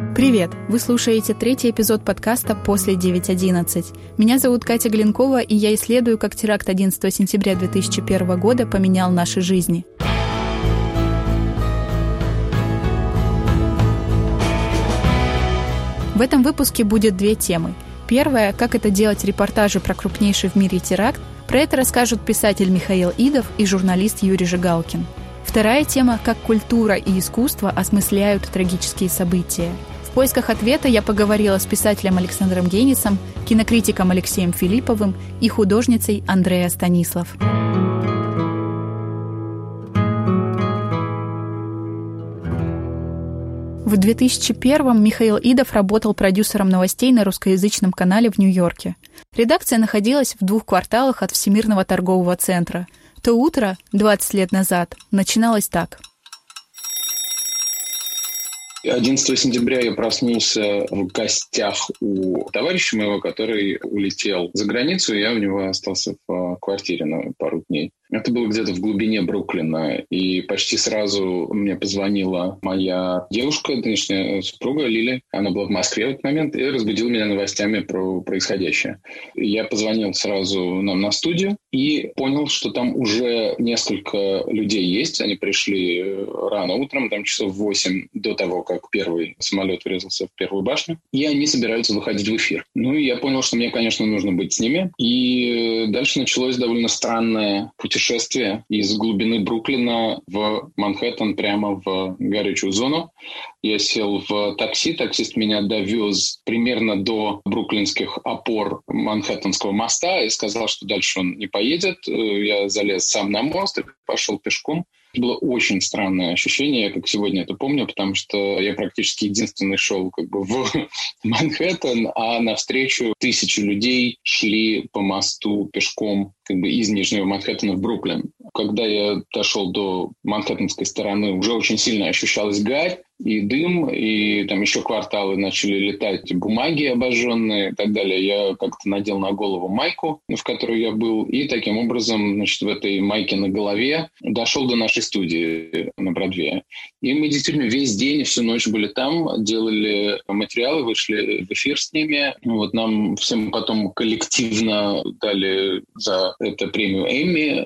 Привет! Вы слушаете третий эпизод подкаста «После 9.11». Меня зовут Катя Глинкова, и я исследую, как теракт 11 сентября 2001 года поменял наши жизни. В этом выпуске будет две темы. Первая – как это делать репортажи про крупнейший в мире теракт. Про это расскажут писатель Михаил Идов и журналист Юрий Жигалкин. Вторая тема – как культура и искусство осмысляют трагические события. В поисках ответа я поговорила с писателем Александром Генисом, кинокритиком Алексеем Филипповым и художницей Андреа Станислав. В 2001-м Михаил Идов работал продюсером новостей на русскоязычном канале в Нью-Йорке. Редакция находилась в 2 кварталах от Всемирного торгового центра. То утро, 20 лет назад, начиналось так. 11 сентября я проснулся в гостях у товарища моего, который улетел за границу, и я у него остался в квартире на пару дней. Это было где-то в глубине Бруклина, и почти сразу мне позвонила моя девушка, нынешняя супруга Лили. Она была в Москве в этот момент и разбудила меня новостями про происходящее. Я позвонил сразу нам на студию и понял, что там уже несколько людей есть. Они пришли рано утром, там часов 8 до того, как первый самолет врезался в первую башню. И они собираются выходить в эфир. Ну и я понял, что мне, конечно, нужно быть с ними. И дальше началось довольно странное путешествие из глубины Бруклина в Манхэттен, прямо в горячую зону. Я сел в такси, таксист меня довез примерно до бруклинских опор Манхэттенского моста и сказал, что дальше он не поедет. Я залез сам на мост и пошел пешком. Было очень странное ощущение, я как сегодня это помню, потому что я практически единственный шел в Манхэттен, а навстречу тысячи людей шли по мосту пешком из Нижнего Манхэттена в Бруклин. Когда я дошел до манхэттенской стороны, уже очень сильно ощущалась гарь и дым, и там еще кварталы начали летать бумаги обожженные и так далее. Я как-то надел на голову майку, в которой я был, и таким образом, в этой майке на голове дошел до нашей студии на Бродвее. И мы действительно весь день и всю ночь были там, делали материалы, вышли в эфир с ними. Нам всем потом коллективно дали за это премию Эмми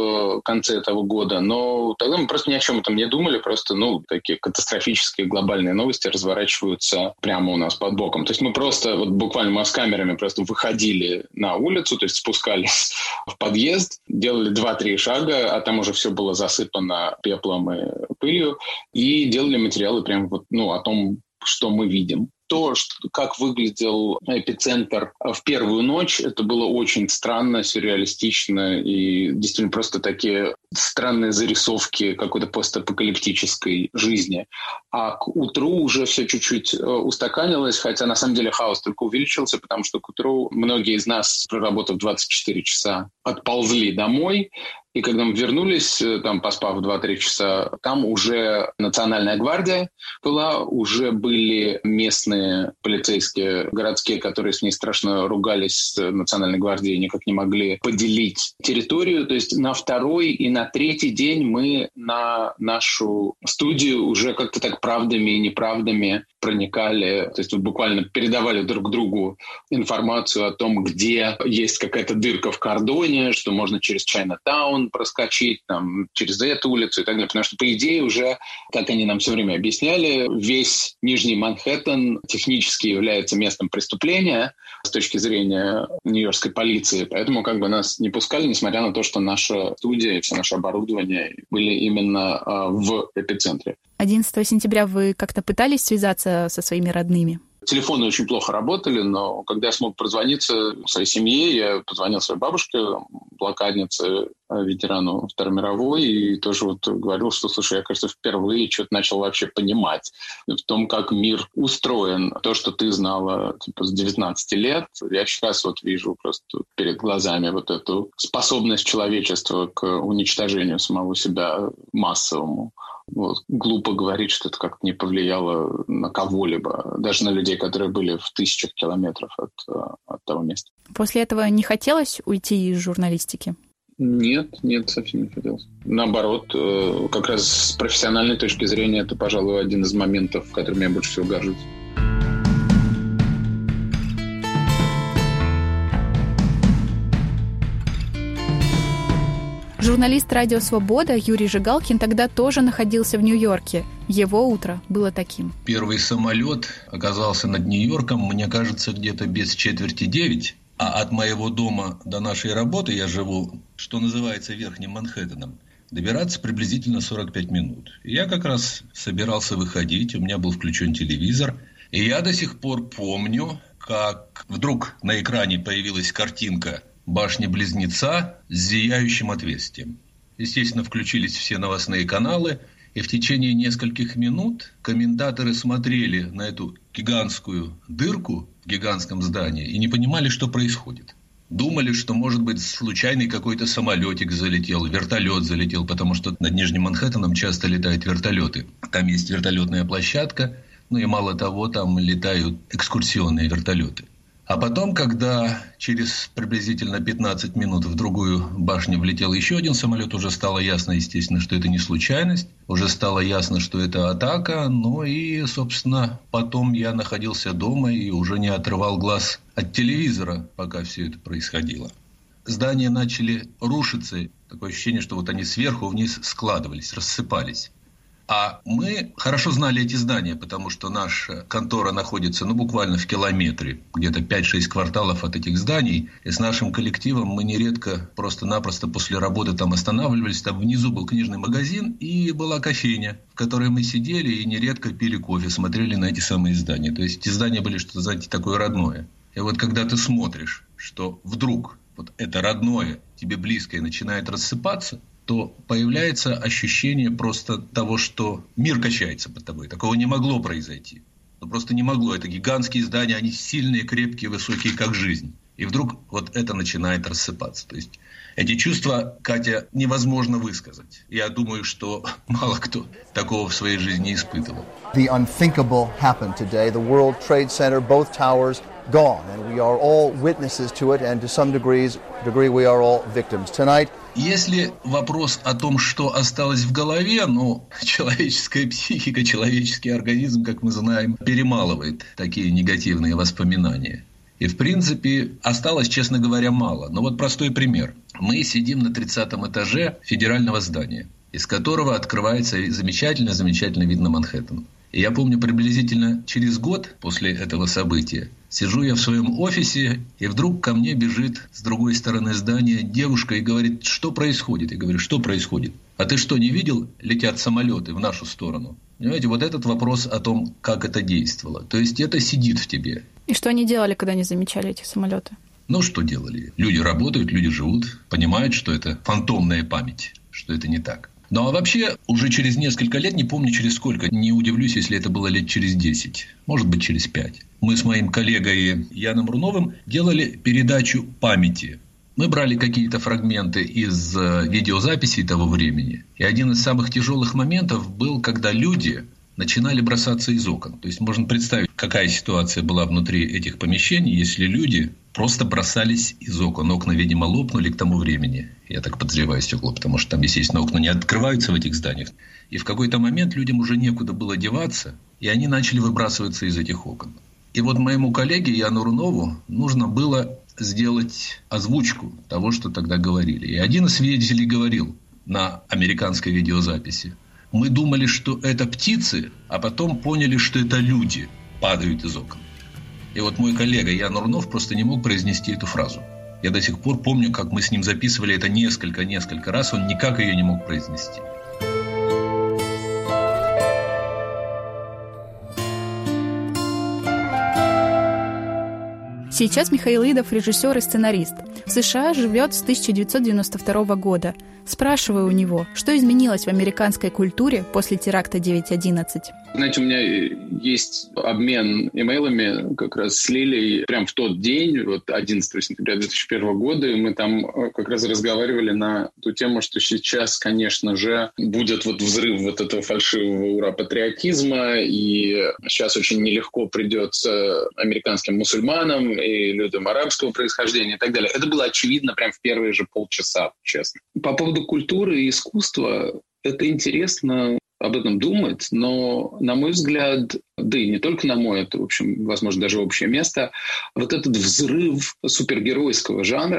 в конце этого года. Но тогда мы просто ни о чем этом не думали, просто, такие катастрофические глобальные новости разворачиваются прямо у нас под боком. То есть мы просто, буквально с камерами просто выходили на улицу, то есть спускались в подъезд, делали 2-3 шага, а там уже все было засыпано пеплом и пылью, и делали материалы прямо о том, что мы видим. То, как выглядел эпицентр в первую ночь, это было очень странно, сюрреалистично и действительно просто такие странные зарисовки какой-то постапокалиптической жизни. А к утру уже все чуть-чуть устаканилось, хотя на самом деле хаос только увеличился, потому что к утру многие из нас, проработав 24 часа, отползли домой. И когда мы вернулись, поспав 2-3 часа, там уже Национальная гвардия была, уже были местные полицейские городские, которые с ней страшно ругались с Национальной гвардией, никак не могли поделить территорию. То есть на 2-й и на 3-й день мы на нашу студию уже как-то так правдами и неправдами проникали, то есть буквально передавали друг другу информацию о том, где есть какая-то дырка в кордоне, что можно через Чайна-таун проскочить, через эту улицу и так далее. Потому что, по идее, уже, как они нам все время объясняли, весь Нижний Манхэттен технически является местом преступления с точки зрения нью-йоркской полиции. Поэтому нас не пускали, несмотря на то, что наша студия и все наше оборудование были именно в эпицентре. 11 сентября вы как-то пытались связаться со своими родными? Телефоны очень плохо работали, но когда я смог позвониться своей семье, я позвонил своей бабушке, блокаднице, ветерану Второй мировой, и тоже говорил, что, слушай, я, кажется, впервые что-то начал вообще понимать в том, как мир устроен. То, что ты знала с 19 лет, я сейчас вижу просто перед глазами эту способность человечества к уничтожению самого себя массовому. Глупо говорить, что это как-то не повлияло на кого-либо, даже на людей, которые были в тысячах километров от того места. После этого не хотелось уйти из журналистики? Нет, совсем не хотелось. Наоборот, как раз с профессиональной точки зрения это, пожалуй, один из моментов, которыми я больше всего горжусь. Журналист «Радио Свобода» Юрий Жигалкин тогда тоже находился в Нью-Йорке. Его утро было таким. Первый самолет оказался над Нью-Йорком, мне кажется, где-то без 8:45. А от моего дома до нашей работы, я живу, что называется, Верхним Манхэттеном, добираться приблизительно 45 минут. И я как раз собирался выходить, у меня был включен телевизор. И я до сих пор помню, как вдруг на экране появилась картинка башни-близнеца с зияющим отверстием. Естественно, включились все новостные каналы, и в течение нескольких минут комментаторы смотрели на эту гигантскую дырку в гигантском здании и не понимали, что происходит. Думали, что, может быть, случайный какой-то самолетик залетел, вертолет залетел, потому что над Нижним Манхэттеном часто летают вертолеты. Там есть вертолетная площадка, ну и мало того, там летают экскурсионные вертолеты. А потом, когда через приблизительно 15 минут в другую башню влетел еще один самолет, уже стало ясно, естественно, что это не случайность. Уже стало ясно, что это атака. Ну и, собственно, потом я находился дома и уже не отрывал глаз от телевизора, пока все это происходило. Здания начали рушиться. Такое ощущение, что вот они сверху вниз складывались, рассыпались. А мы хорошо знали эти здания, потому что наша контора находится, буквально в километре, где-то 5-6 кварталов от этих зданий. И с нашим коллективом мы нередко просто-напросто после работы там останавливались. Там внизу был книжный магазин и была кофейня, в которой мы сидели и нередко пили кофе, смотрели на эти самые здания. То есть эти здания были что-то, знаете, такое родное. И вот когда ты смотришь, что вдруг вот это родное, тебе близкое начинает рассыпаться, то появляется ощущение просто того, что мир качается под тобой. Такого не могло произойти. Просто не могло. Это гигантские здания, они сильные, крепкие, высокие, как жизнь. И вдруг вот это начинает рассыпаться. То есть эти чувства, Катя, невозможно высказать. Я думаю, что мало кто такого в своей жизни испытывал. The unthinkable happened today. The World Trade Center, both towers gone. And we are all witnesses to it. And to some degree we are all victims. Tonight, если вопрос о том, что осталось в голове, человеческая психика, человеческий организм, как мы знаем, перемалывает такие негативные воспоминания. И, в принципе, осталось, честно говоря, мало. Но вот простой пример. Мы сидим на 30-м этаже федерального здания, из которого открывается замечательный вид на Манхэттен. И я помню, приблизительно через год после этого события сижу я в своем офисе, и вдруг ко мне бежит с другой стороны здания девушка и говорит: что происходит? Я говорю: что происходит? А ты что, не видел? Летят самолеты в нашу сторону. Понимаете, вот этот вопрос о том, как это действовало. То есть это сидит в тебе. И что они делали, когда не замечали эти самолеты? Что делали? Люди работают, люди живут, понимают, что это фантомная память, что это не так. Ну, а вообще, уже через несколько лет, не помню через сколько, не удивлюсь, если это было лет через 10, может быть, через 5. Мы с моим коллегой Яном Руновым делали передачу памяти. Мы брали какие-то фрагменты из видеозаписей того времени. И один из самых тяжелых моментов был, когда люди начинали бросаться из окон. То есть можно представить, какая ситуация была внутри этих помещений, если люди просто бросались из окон. Окна, видимо, лопнули к тому времени. Я так подозреваю, стекла, потому что там, естественно, окна не открываются в этих зданиях. И в какой-то момент людям уже некуда было деваться, и они начали выбрасываться из этих окон. И вот моему коллеге Яну Рунову нужно было сделать озвучку того, что тогда говорили. И один из свидетелей говорил на американской видеозаписи: мы думали, что это птицы, а потом поняли, что это люди падают из окон. И вот мой коллега Ян Рунов просто не мог произнести эту фразу. Я до сих пор помню, как мы с ним записывали это несколько раз, он никак ее не мог произнести. Сейчас Михаил Идов – режиссер и сценарист. В США живет с 1992 года. Спрашиваю у него, что изменилось в американской культуре после теракта 9/11. Знаете, у меня есть обмен имейлами как раз с Лилией прямо в тот день, 11 сентября 2001 года, и мы там как раз разговаривали на ту тему, что сейчас, конечно же, будет взрыв этого фальшивого ура-патриотизма, и сейчас очень нелегко придется американским мусульманам и людям арабского происхождения и так далее. Это было очевидно прямо в первые же полчаса, честно. По поводу культуры и искусства, это интересно об этом думать, но, на мой взгляд, да и не только на мой, это, в общем, возможно, даже общее место, этот взрыв супергеройского жанра,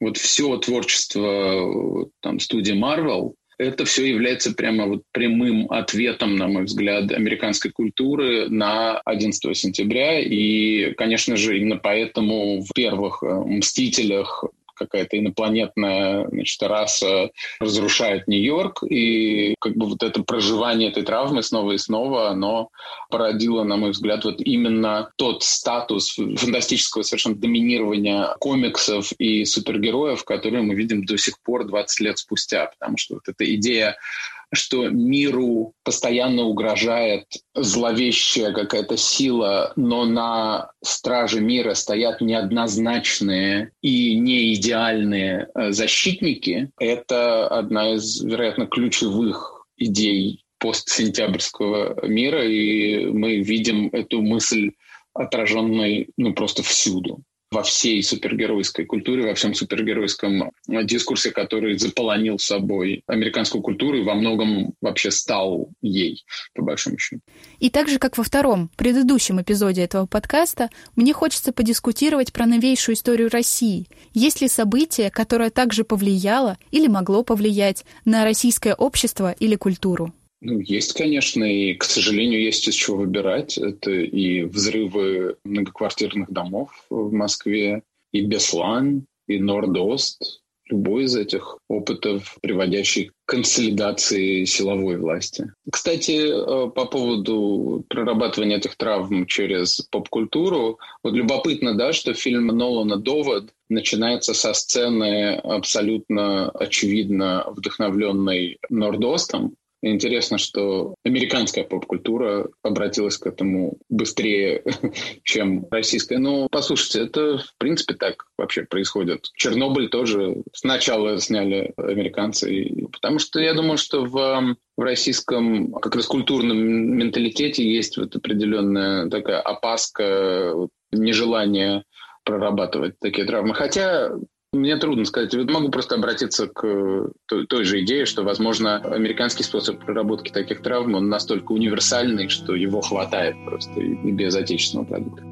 вот все творчество там, студии Marvel, это все является прямо вот прямым ответом, на мой взгляд, американской культуры на 11 сентября. И, конечно же, именно поэтому в первых «Мстителях» какая-то инопланетная, значит, раса разрушает Нью-Йорк, и как бы вот это проживание этой травмы снова и снова, оно породило, на мой взгляд, вот именно тот статус фантастического совершенно доминирования комиксов и супергероев, которые мы видим до сих пор 20 лет спустя, потому что вот эта идея, что миру постоянно угрожает зловещая какая-то сила, но на страже мира стоят неоднозначные и неидеальные защитники, это одна из, вероятно, ключевых идей постсентябрьского мира, и мы видим эту мысль отраженной просто всюду. Во всей супергеройской культуре, во всем супергеройском дискурсе, который заполонил собой американскую культуру и во многом вообще стал ей, по большому счету. И так же, как во втором, предыдущем эпизоде этого подкаста, мне хочется подискутировать про новейшую историю России. Есть ли событие, которое также повлияло или могло повлиять на российское общество или культуру? Есть, конечно, и, к сожалению, есть из чего выбирать. Это и взрывы многоквартирных домов в Москве, и Беслан, и Норд-Ост. Любой из этих опытов, приводящий к консолидации силовой власти. Кстати, по поводу прорабатывания этих травм через поп-культуру, вот любопытно, да, что фильм Нолана «Довод» начинается со сцены абсолютно очевидно вдохновленной Норд-Остом. Интересно, что американская поп-культура обратилась к этому быстрее, чем российская. Но, послушайте, это, в принципе, так вообще происходит. Чернобыль тоже сначала сняли американцы, потому что я думаю, что в российском как раз культурном менталитете есть вот определенная такая опаска, нежелание прорабатывать такие травмы. Хотя мне трудно сказать. Могу просто обратиться к той же идее, что, возможно, американский способ проработки таких травм, он настолько универсальный, что его хватает просто и без отечественного продукта.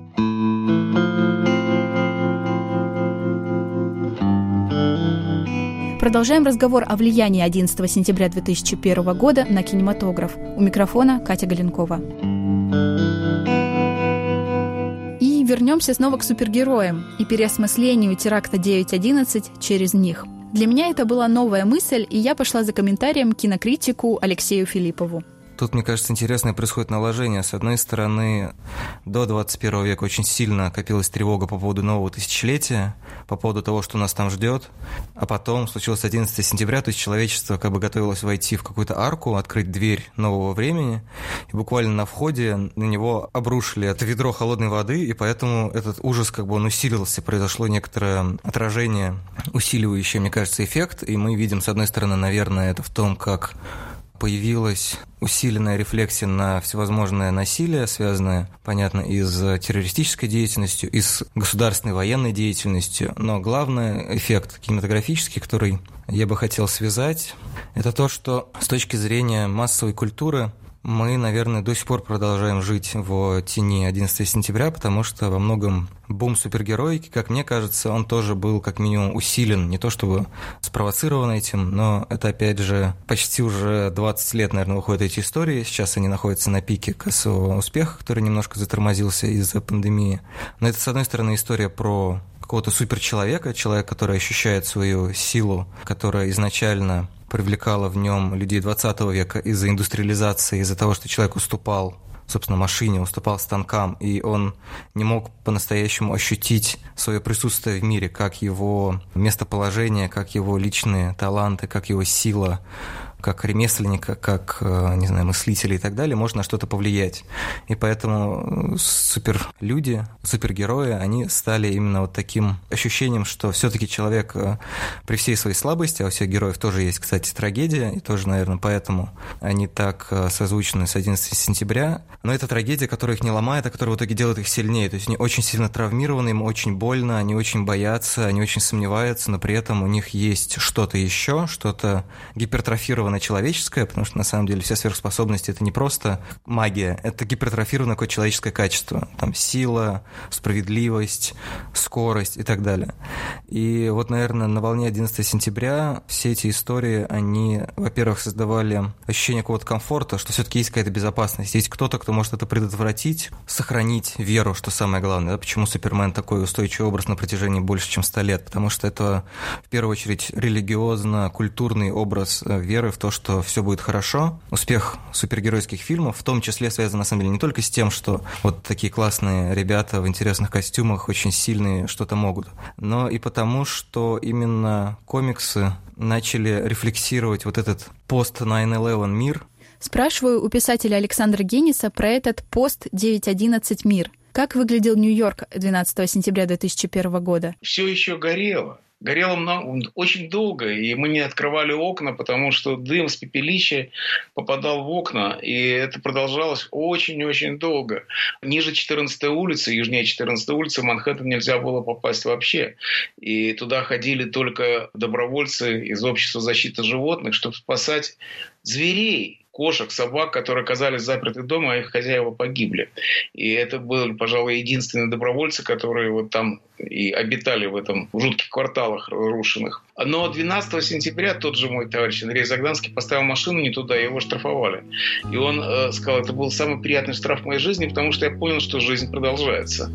Продолжаем разговор о влиянии 11 сентября 2001 года на кинематограф. У микрофона Катя Галенкова. Вернемся снова к супергероям и переосмыслению теракта 9/11 через них. Для меня это была новая мысль, и я пошла за комментарием к кинокритику Алексею Филиппову. Тут, мне кажется, интересное происходит наложение. С одной стороны, до 21 века очень сильно копилась тревога по поводу нового тысячелетия, по поводу того, что нас там ждет. А потом случилось 11 сентября, то есть человечество как бы готовилось войти в какую-то арку, открыть дверь нового времени. И буквально на входе на него обрушили это ведро холодной воды, и поэтому этот ужас как бы он усилился. Произошло некоторое отражение, усиливающее, мне кажется, эффект. И мы видим, с одной стороны, наверное, это в том, как появилась усиленная рефлексия на всевозможное насилие, связанное, понятно, и с террористической деятельностью, и с государственной военной деятельностью. Но главный эффект кинематографический, который я бы хотел связать, это то, что с точки зрения массовой культуры мы, наверное, до сих пор продолжаем жить в тени 11 сентября, потому что во многом бум супергероики, как мне кажется, он тоже был как минимум усилен, не то чтобы спровоцирован этим, но это, опять же, почти уже 20 лет, наверное, выходят эти истории. Сейчас они находятся на пике кассового успеха, который немножко затормозился из-за пандемии. Но это, с одной стороны, история про какого-то суперчеловека, человека, который ощущает свою силу, которая изначально привлекала в нем людей 20 века из-за индустриализации, из-за того, что человек уступал, собственно, машине, уступал станкам, и он не мог по-настоящему ощутить свое присутствие в мире, как его местоположение, как его личные таланты, как его сила, как ремесленника, как, не знаю, мыслителя и так далее, может на что-то повлиять. И поэтому суперлюди, супергерои, они стали именно вот таким ощущением, что все-таки человек при всей своей слабости, а у всех героев тоже есть, кстати, трагедия, и тоже, наверное, поэтому они так созвучны с 11 сентября, но это трагедия, которая их не ломает, а которая в итоге делает их сильнее. То есть они очень сильно травмированы, им очень больно, они очень боятся, они очень сомневаются, но при этом у них есть что-то еще, что-то гипертрофированное гипертрофированное человеческое, потому что на самом деле все сверхспособности – это не просто магия, это гипертрофированное какое-то человеческое качество. Там сила, справедливость, скорость и так далее. И вот, наверное, на волне 11 сентября все эти истории, они, во-первых, создавали ощущение какого-то комфорта, что все-таки есть какая-то безопасность, есть кто-то, кто может это предотвратить, сохранить веру, что самое главное. Да? Почему Супермен такой устойчивый образ на протяжении больше, чем 100 лет? Потому что это, в первую очередь, религиозно-культурный образ веры в то, что все будет хорошо. Успех супергеройских фильмов в том числе связан, на самом деле, не только с тем, что вот такие классные ребята в интересных костюмах очень сильные что-то могут, но и потому, что именно комиксы начали рефлексировать вот этот пост-9/11 мир. Спрашиваю у писателя Александра Гениса про этот пост-9/11 мир. Как выглядел Нью-Йорк 12 сентября 2001 года? Все еще горело. Горело очень долго, и мы не открывали окна, потому что дым с пепелища попадал в окна, и это продолжалось очень-очень долго. Ниже 14-й улицы, южнее 14-й улицы в Манхэттен нельзя было попасть вообще. И туда ходили только добровольцы из общества защиты животных, чтобы спасать зверей, кошек, собак, которые оказались заперты дома, а их хозяева погибли. И это были, пожалуй, единственные добровольцы, которые вот там и обитали в жутких кварталах разрушенных. Но 12 сентября тот же мой товарищ Андрей Загданский поставил машину не туда, и его штрафовали. И он сказал, это был самый приятный штраф в моей жизни, потому что я понял, что жизнь продолжается.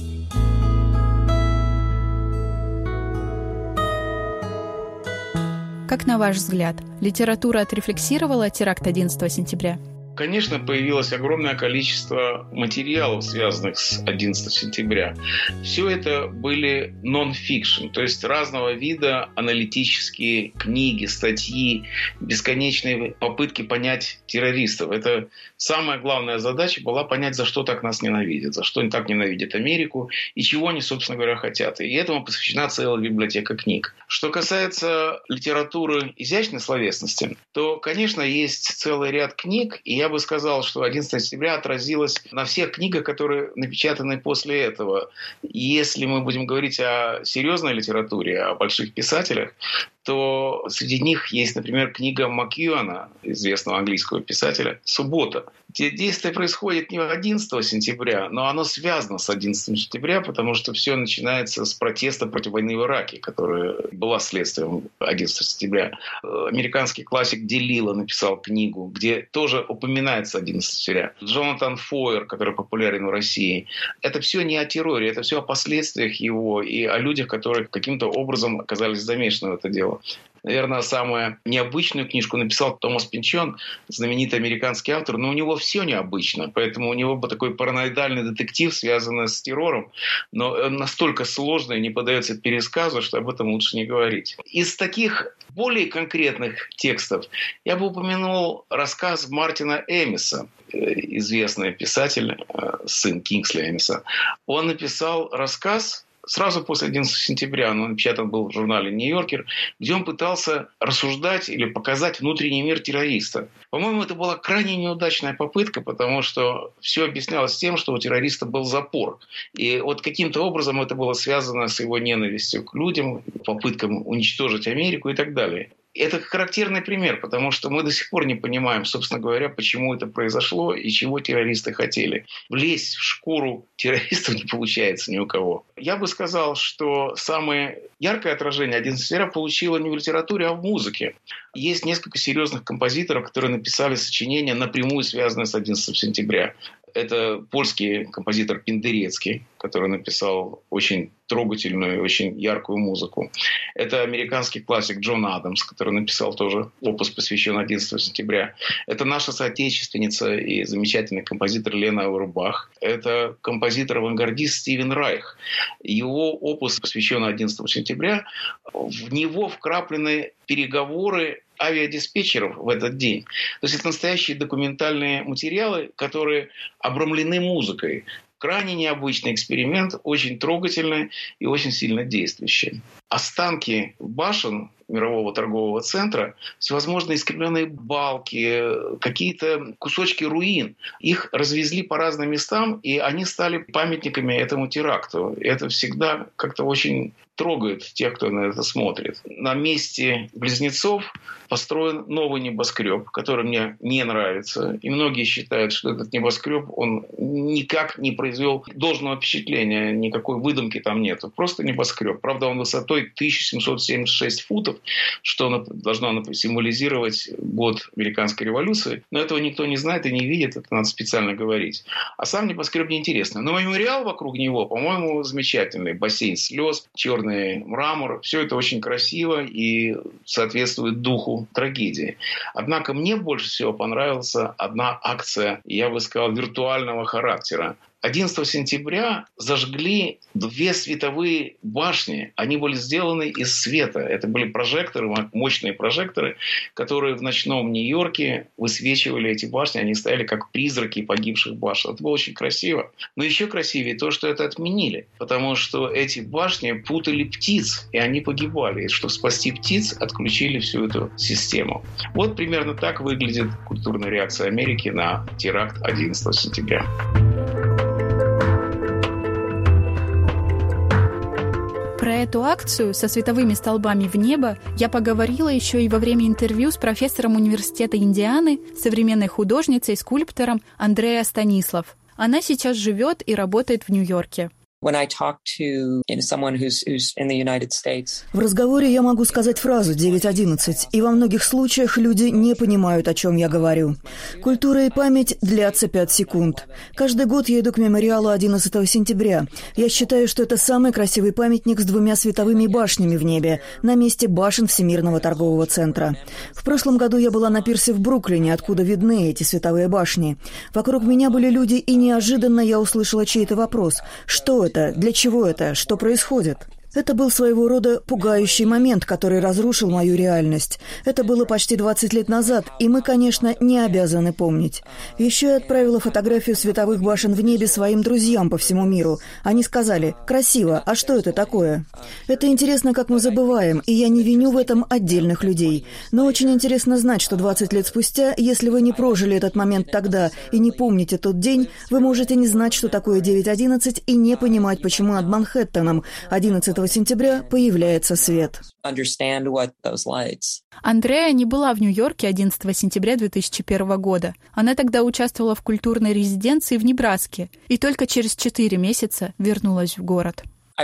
Как на ваш взгляд, литература отрефлексировала теракт 11 сентября? Конечно, появилось огромное количество материалов, связанных с 11 сентября. Все это были нон-фикшн, то есть разного вида аналитические книги, статьи, бесконечные попытки понять террористов. Это самая главная задача была понять, за что так нас ненавидят, за что они так ненавидят Америку и чего они, собственно говоря, хотят. И этому посвящена целая библиотека книг. Что касается литературы изящной словесности, то, конечно, есть целый ряд книг, и я бы сказал, что 11 сентября отразилось на всех книгах, которые напечатаны после этого. Если мы будем говорить о серьезной литературе, о больших писателях, то среди них есть, например, книга Макьюана, известного английского писателя, «Суббота», где действие происходит не 11 сентября, но оно связано с 11 сентября, потому что все начинается с протеста против войны в Ираке, которая была следствием 11 сентября. Американский классик Делила написал книгу, где тоже упоминается 11 сентября. Джонатан Фойер, который популярен в России. Это все не о терроре, это все о последствиях его и о людях, которые каким-то образом оказались замешаны в это дело. Наверное, самую необычную книжку написал Томас Пинчон, знаменитый американский автор, но у него все необычно, поэтому у него был такой параноидальный детектив, связанный с террором, но он настолько сложный и не поддается пересказу, что об этом лучше не говорить. Из таких более конкретных текстов я бы упомянул рассказ Мартина Эмиса, известный писатель, сын Кингсли Эмиса. Он написал рассказ сразу после 11 сентября, он напечатан был в журнале «Нью-Йоркер», где он пытался рассуждать или показать внутренний мир террориста. По-моему, это была крайне неудачная попытка, потому что все объяснялось тем, что у террориста был запор. И вот каким-то образом это было связано с его ненавистью к людям, попыткам уничтожить Америку и так далее. Это характерный пример, потому что мы до сих пор не понимаем, собственно говоря, почему это произошло и чего террористы хотели. Влезть в шкуру террористов не получается ни у кого. Я бы сказал, что самое яркое отражение 11 сентября получило не в литературе, а в музыке. Есть несколько серьезных композиторов, которые написали сочинения, напрямую связанные с 11 сентября. Это польский композитор Пендерецкий, который написал очень трогательную и очень яркую музыку. Это американский классик Джон Адамс, который написал тоже опус, посвященный 11 сентября. Это наша соотечественница и замечательный композитор Лена Ауэрбах. Это композитор-авангардист Стивен Райх. Его опус, посвященный 11 сентября, в него вкраплены переговоры авиадиспетчеров в этот день. То есть это настоящие документальные материалы, которые обрамлены музыкой. Крайне необычный эксперимент, очень трогательный и очень сильно действующий. останки башен мирового торгового центра, всевозможные искривленные балки, какие-то кусочки руин. Их развезли по разным местам, и они стали памятниками этому теракту. Это всегда как-то очень трогает тех, кто на это смотрит. На месте близнецов построен новый небоскреб, который мне не нравится. И многие считают, что этот небоскреб, он никак не произвел должного впечатления, никакой выдумки там нет. Просто небоскреб. Правда, он высотой 1776 футов, что должно символизировать год Американской революции. Но этого никто не знает и не видит, это надо специально говорить. А сам небоскреб неинтересный. Но мемориал вокруг него, по-моему, замечательный. Бассейн слез, черный мрамор. Все это очень красиво и соответствует духу трагедии. Однако мне больше всего понравилась одна акция, я бы сказал, виртуального характера. 11 сентября зажгли 2 световые башни. Они были сделаны из света. Это были прожекторы, мощные прожекторы, которые в ночном Нью-Йорке высвечивали эти башни. Они стояли как призраки погибших башен. Это было очень красиво. Но еще красивее то, что это отменили. Потому что эти башни путали птиц, и они погибали. И чтобы спасти птиц, отключили всю эту систему. Вот примерно так выглядит культурная реакция Америки на теракт 11 сентября. Про эту акцию со световыми столбами в небо я поговорила еще и во время интервью с профессором университета Индианы, современной художницей и скульптором Андреа Станислав. Она сейчас живет и работает в Нью-Йорке. В разговоре я могу сказать фразу 9.11, и во многих случаях люди не понимают, о чем я говорю. Культура и память длятся 5 секунд. Каждый год я иду к мемориалу 11 сентября. Я считаю, что это самый красивый памятник с 2 световыми башнями в небе, на месте башен Всемирного торгового центра. В прошлом году я была на пирсе в Бруклине, откуда видны эти световые башни. Вокруг меня были люди, и неожиданно я услышала чей-то вопрос. Что это? Для чего это? Что происходит? Это был своего рода пугающий момент, который разрушил мою реальность. Это было почти 20 лет назад, и мы, конечно, не обязаны помнить. Еще я отправила фотографию световых башен в небе своим друзьям по всему миру. Они сказали: «Красиво, а что это такое?» Это интересно, как мы забываем, и я не виню в этом отдельных людей. Но очень интересно знать, что 20 лет спустя, если вы не прожили этот момент тогда и не помните тот день, вы можете не знать, что такое 9.11, и не понимать, почему над Манхэттеном 11 сентября появляется свет. Андреа не была в Нью-Йорке 11 сентября 2001 года. Она тогда участвовала в культурной резиденции в Небраске и только через 4 месяца вернулась в город.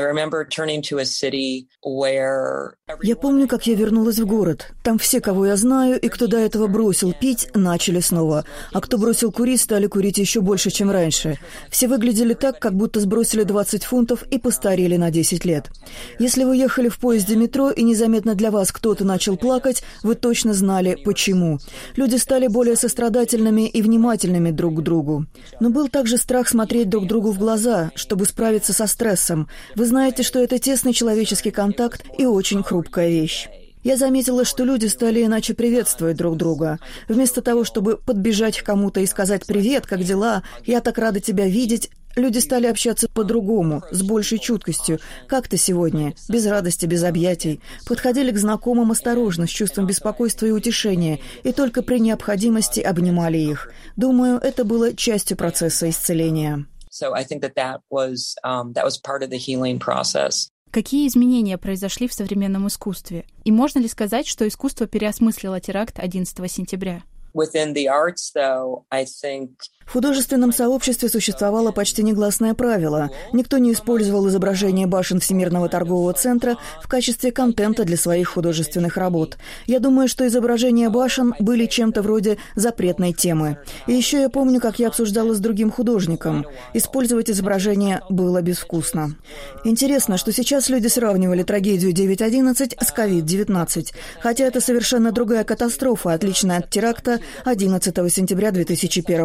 Я помню, как я вернулась в город. Там все, кого я знаю, и кто до этого бросил пить, начали снова. А кто бросил курить, стали курить еще больше, чем раньше. Все выглядели так, как будто сбросили 20 фунтов и постарели на 10 лет. Если вы ехали в поезде метро, и незаметно для вас кто-то начал плакать, вы точно знали, почему. Люди стали более сострадательными и внимательными друг к другу. Но был также страх смотреть друг другу в глаза, чтобы справиться со стрессом. Вы знаете, что это тесный человеческий контакт и очень хрупкая вещь. Я заметила, что люди стали иначе приветствовать друг друга. Вместо того, чтобы подбежать к кому-то и сказать «Привет, как дела? Я так рада тебя видеть», люди стали общаться по-другому, с большей чуткостью. «Как ты сегодня?» Без радости, без объятий. Подходили к знакомым осторожно, с чувством беспокойства и утешения, и только при необходимости обнимали их. Думаю, это было частью процесса исцеления. So I think that was part of the healing process. Какие изменения произошли в современном искусстве? И можно ли сказать, что искусство переосмыслило теракт 11 сентября? Within the arts, though, I think... В художественном сообществе существовало почти негласное правило. Никто не использовал изображение башен Всемирного торгового центра в качестве контента для своих художественных работ. Я думаю, что изображения башен были чем-то вроде запретной темы. И еще я помню, как я обсуждала с другим художником. Использовать изображение было безвкусно. Интересно, что сейчас люди сравнивали трагедию 9.11 с COVID-19, хотя это совершенно другая катастрофа, отличная от теракта 11 сентября 2001 года.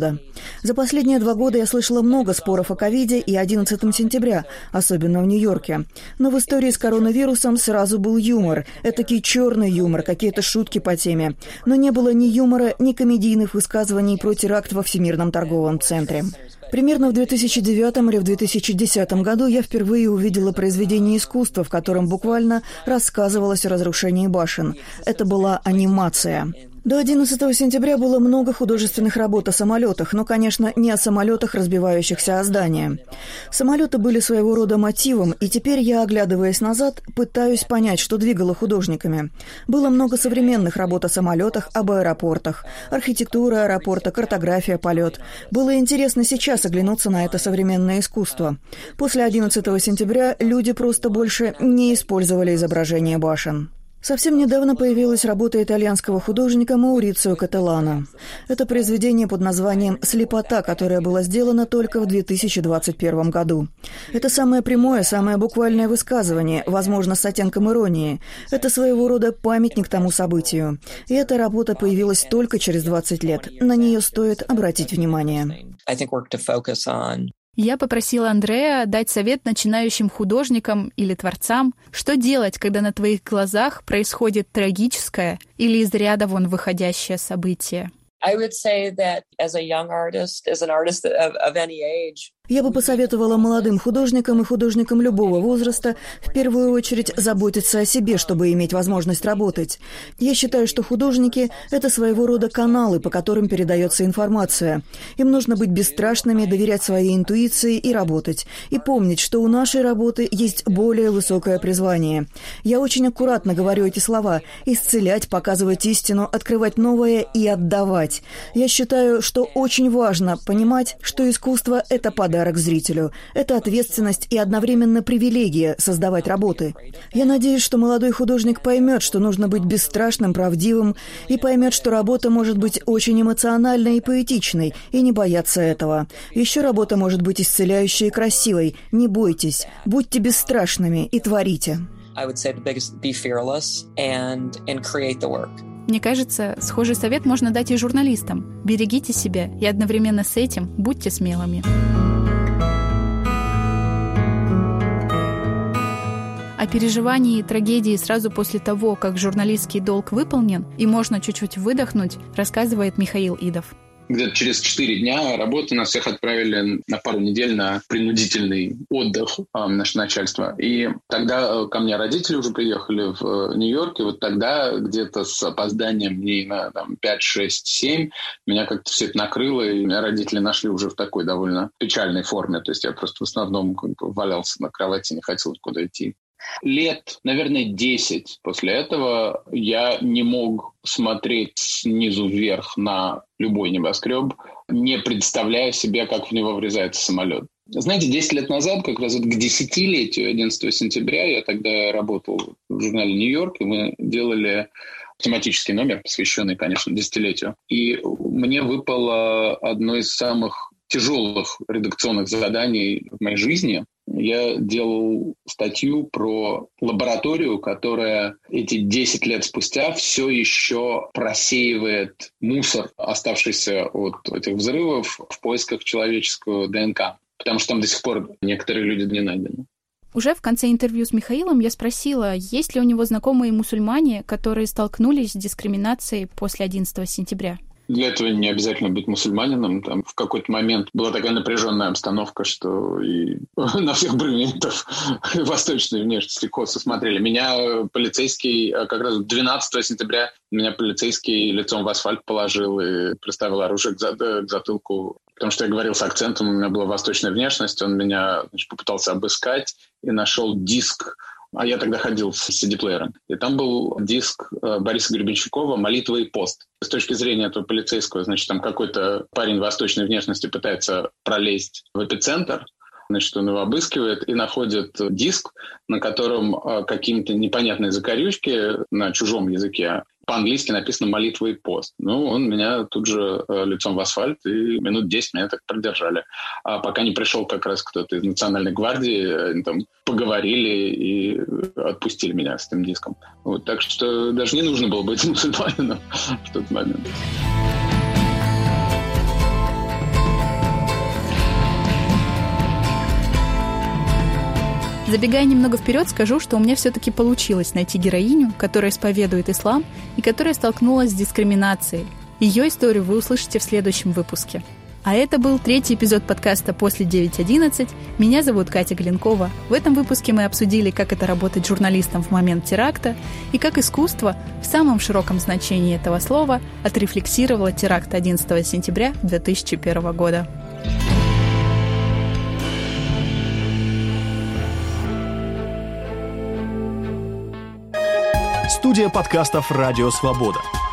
года. За последние 2 года я слышала много споров о ковиде и 11 сентября, особенно в Нью-Йорке. Но в истории с коронавирусом сразу был юмор. Этакий черный юмор, какие-то шутки по теме. Но не было ни юмора, ни комедийных высказываний про теракт во Всемирном торговом центре. Примерно в 2009 или в 2010 году я впервые увидела произведение искусства, в котором буквально рассказывалось о разрушении башен. Это была анимация. До 11 сентября было много художественных работ о самолетах, но, конечно, не о самолетах, разбивающихся о здания. Самолеты были своего рода мотивом, и теперь я, оглядываясь назад, пытаюсь понять, что двигало художниками. Было много современных работ о самолетах, об аэропортах, архитектура аэропорта, картография, полет. Было интересно сейчас оглянуться на это современное искусство. После 11 сентября люди просто больше не использовали изображения башен. Совсем недавно появилась работа итальянского художника Маурицио Кателлано. Это произведение под названием «Слепота», которое было сделано только в 2021 году. Это самое прямое, самое буквальное высказывание, возможно, с оттенком иронии. Это своего рода памятник тому событию. И эта работа появилась только через 20 лет. На нее стоит обратить внимание. Я попросила Андреа дать совет начинающим художникам или творцам, что делать, когда на твоих глазах происходит трагическое или из ряда вон выходящее событие. Я бы посоветовала молодым художникам и художникам любого возраста в первую очередь заботиться о себе, чтобы иметь возможность работать. Я считаю, что художники — это своего рода каналы, по которым передается информация. Им нужно быть бесстрашными, доверять своей интуиции и работать. И помнить, что у нашей работы есть более высокое призвание. Я очень аккуратно говорю эти слова: исцелять, показывать истину, открывать новое и отдавать. Я считаю, что очень важно понимать, что искусство — это подарок зрителю. Это ответственность и одновременно привилегия создавать работы. Я надеюсь, что молодой художник поймет, что нужно быть бесстрашным, правдивым, и поймет, что работа может быть очень эмоциональной и поэтичной, и не бояться этого. Еще работа может быть исцеляющей и красивой. Не бойтесь, будьте бесстрашными и творите. Мне кажется, схожий совет можно дать и журналистам. Берегите себя и одновременно с этим будьте смелыми. О переживании и трагедии сразу после того, как журналистский долг выполнен и можно чуть-чуть выдохнуть, рассказывает Михаил Идов. Где-то через 4 дня работы нас всех отправили на пару недель на принудительный отдых наше начальство. И тогда ко мне родители уже приехали в Нью-Йорк, и вот тогда где-то с опозданием дней на 5, 6, 7 меня как-то все это накрыло, и меня родители нашли уже в такой довольно печальной форме. То есть я просто в основном валялся на кровати, не хотел никуда идти. Лет, наверное, 10 после этого я не мог смотреть снизу вверх на любой небоскреб, не представляя себе, как в него врезается самолет. Знаете, 10 лет назад, как раз к 10-летию 11 сентября, я тогда работал в журнале «Нью-Йорк», и мы делали тематический номер, посвященный, конечно, десятилетию. И мне выпало одно из самых тяжелых редакционных заданий в моей жизни. Я делал статью про лабораторию, которая эти 10 лет спустя все еще просеивает мусор, оставшийся от этих взрывов, в поисках человеческого ДНК. Потому что там до сих пор некоторые люди не найдены. Уже в конце интервью с Михаилом я спросила, есть ли у него знакомые мусульмане, которые столкнулись с дискриминацией после 11 сентября. Для этого не обязательно быть мусульманином. Там в какой-то момент была такая напряженная обстановка, что и на всех брюнетов восточной внешности косо смотрели. Меня полицейский, как раз 12 сентября, меня полицейский лицом в асфальт положил и приставил оружие к затылку. Потому что я говорил с акцентом, у меня была восточная внешность, он меня попытался обыскать и нашел диск. А я тогда ходил с CD-плеером. И там был диск Бориса Гребенщикова «Молитва и пост». С точки зрения этого полицейского, значит, там какой-то парень восточной внешности пытается пролезть в эпицентр. Значит, он его обыскивает и находит диск, на котором какие-то непонятные закорючки на чужом языке. По-английски написано «Молитва и пост». Ну, он меня тут же лицом в асфальт, и минут 10 меня так продержали. А пока не пришел как раз кто-то из Национальной гвардии, они там поговорили и отпустили меня с этим диском. Вот, так что даже не нужно было быть мусульманином в тот момент. Забегая немного вперед, скажу, что у меня все-таки получилось найти героиню, которая исповедует ислам и которая столкнулась с дискриминацией. Ее историю вы услышите в следующем выпуске. А это был 3-й эпизод подкаста «После 9.11». Меня зовут Катя Глинкова. В этом выпуске мы обсудили, как это работать журналистом в момент теракта и как искусство, в самом широком значении этого слова, отрефлексировало теракт 11 сентября 2001 года. Студия подкастов «Радио Свобода».